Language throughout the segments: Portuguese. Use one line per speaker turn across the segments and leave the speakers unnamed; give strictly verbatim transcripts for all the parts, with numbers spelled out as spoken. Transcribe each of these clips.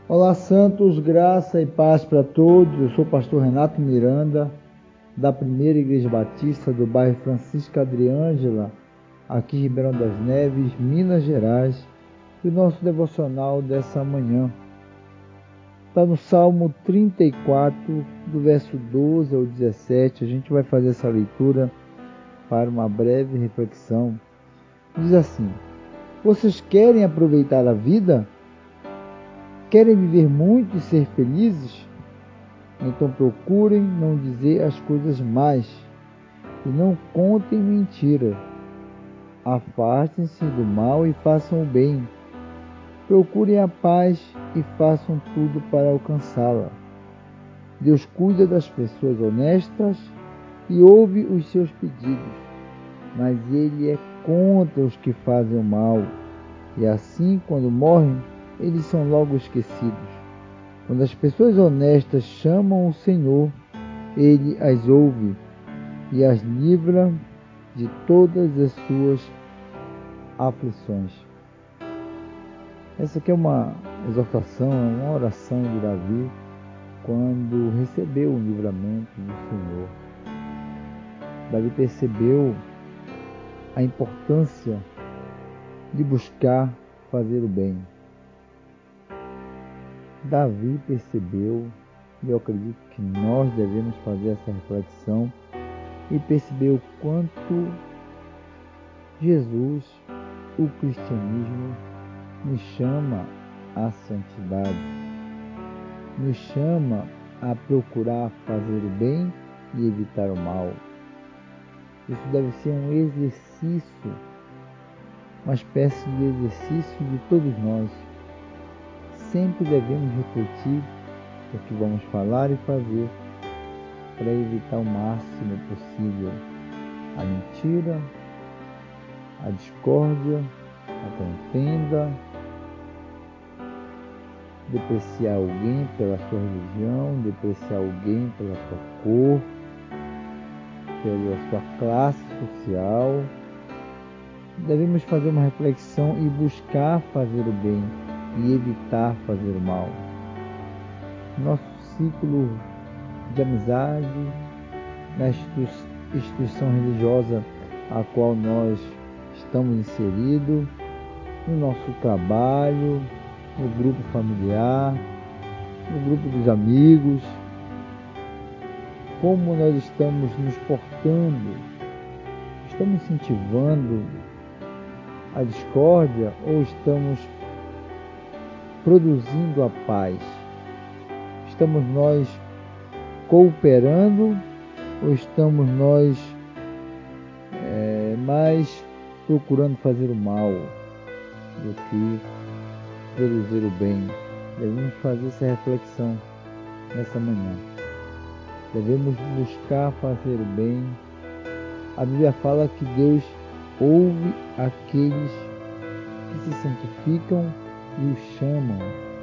Olá, Santos, graça e paz para todos. Eu sou o pastor Renato Miranda, da Primeira Igreja Batista do bairro Francisca Adriângela, aqui em Ribeirão das Neves, Minas Gerais. E o nosso devocional dessa manhã está no Salmo trinta e quatro, do verso doze ao dezessete. A gente vai fazer essa leitura para uma breve reflexão. Diz assim: vocês querem aproveitar a vida? Querem viver muito e ser felizes? Então procurem não dizer as coisas más e não contem mentira. Afastem-se do mal e façam o bem. Procurem a paz e façam tudo para alcançá-la. Deus cuida das pessoas honestas e ouve os seus pedidos, mas Ele é contra os que fazem o mal. E assim, quando morrem, eles são logo esquecidos. Quando as pessoas honestas chamam o Senhor, Ele as ouve e as livra de todas as suas aflições. Essa aqui é uma exortação, é uma oração de Davi quando recebeu o livramento do Senhor. Davi percebeu a importância de buscar fazer o bem. Davi percebeu, e eu acredito que nós devemos fazer essa reflexão e perceber o quanto Jesus, o cristianismo, nos chama à santidade, nos chama a procurar fazer o bem e evitar o mal. Isso deve ser um exercício, uma espécie de exercício de todos nós. Sempre devemos refletir o que vamos falar e fazer para evitar o máximo possível a mentira, a discórdia, a contenda, depreciar alguém pela sua religião, depreciar alguém pela sua cor, pela sua classe social. Devemos fazer uma reflexão e buscar fazer o bem e evitar fazer o mal. Nosso ciclo de amizade, na instituição religiosa a qual nós estamos inseridos, no nosso trabalho, no grupo familiar, no grupo dos amigos, como nós estamos nos portando? Estamos incentivando a discórdia ou estamos produzindo a paz? Estamos nós cooperando ou estamos nós é, mais procurando fazer o mal do que produzir o bem? Devemos fazer essa reflexão nessa manhã. Devemos buscar fazer o bem. A Bíblia fala que Deus ouve aqueles que se santificam e o chamam.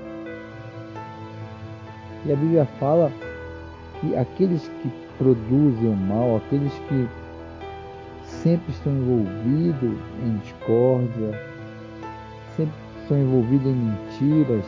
E a Bíblia fala que aqueles que produzem o mal, aqueles que sempre estão envolvidos em discórdia, sempre estão envolvidos em mentiras,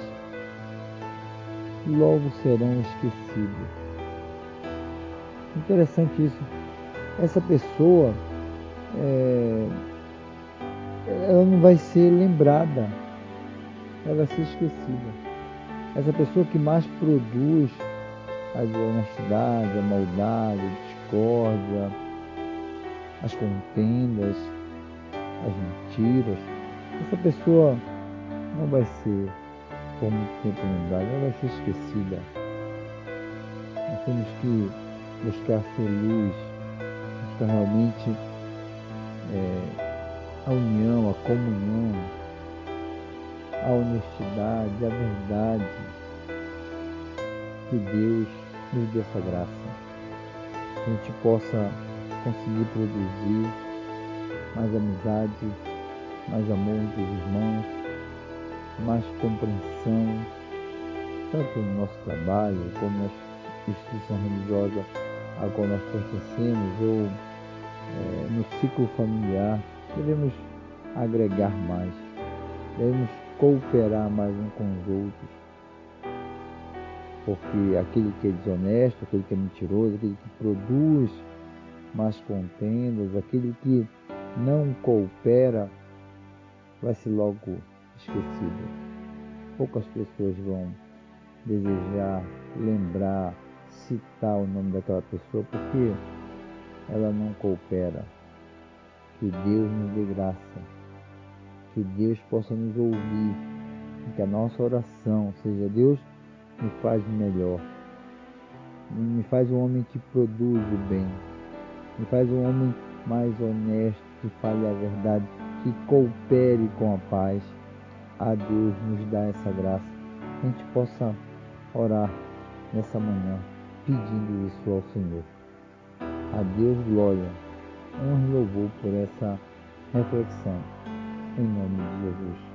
logo serão esquecidos. Interessante isso. Essa pessoa, é, ela não vai ser lembrada, ela vai ser esquecida. Essa pessoa que mais produz a desonestidade, a maldade, a discórdia, as contendas, as mentiras, essa pessoa não vai ser por muito tempo lembrada, ela vai ser esquecida. Nós temos que buscar ser luz, buscar realmente é, a união, a comunhão, a honestidade, a verdade. Que Deus nos dê essa graça, que a gente possa conseguir produzir mais amizade, mais amor entre os irmãos, mais compreensão, tanto no nosso trabalho, como na instituição religiosa a qual nós pertencemos, ou é, no ciclo familiar. Devemos agregar mais, devemos cooperar mais uns com os outros, porque aquele que é desonesto, aquele que é mentiroso, aquele que produz más contendas, aquele que não coopera, vai ser logo esquecido. Poucas pessoas vão desejar, lembrar, citar o nome daquela pessoa, porque ela não coopera. Que Deus nos dê graça, que Deus possa nos ouvir, que a nossa oração seja: Deus, me faz melhor, me faz um homem que produz o bem, me faz um homem mais honesto, que fale a verdade, que coopere com a paz. A Deus nos dá essa graça, que a gente possa orar nessa manhã, pedindo isso ao Senhor. A Deus glória, honra e louvor por essa reflexão, em nome de Jesus.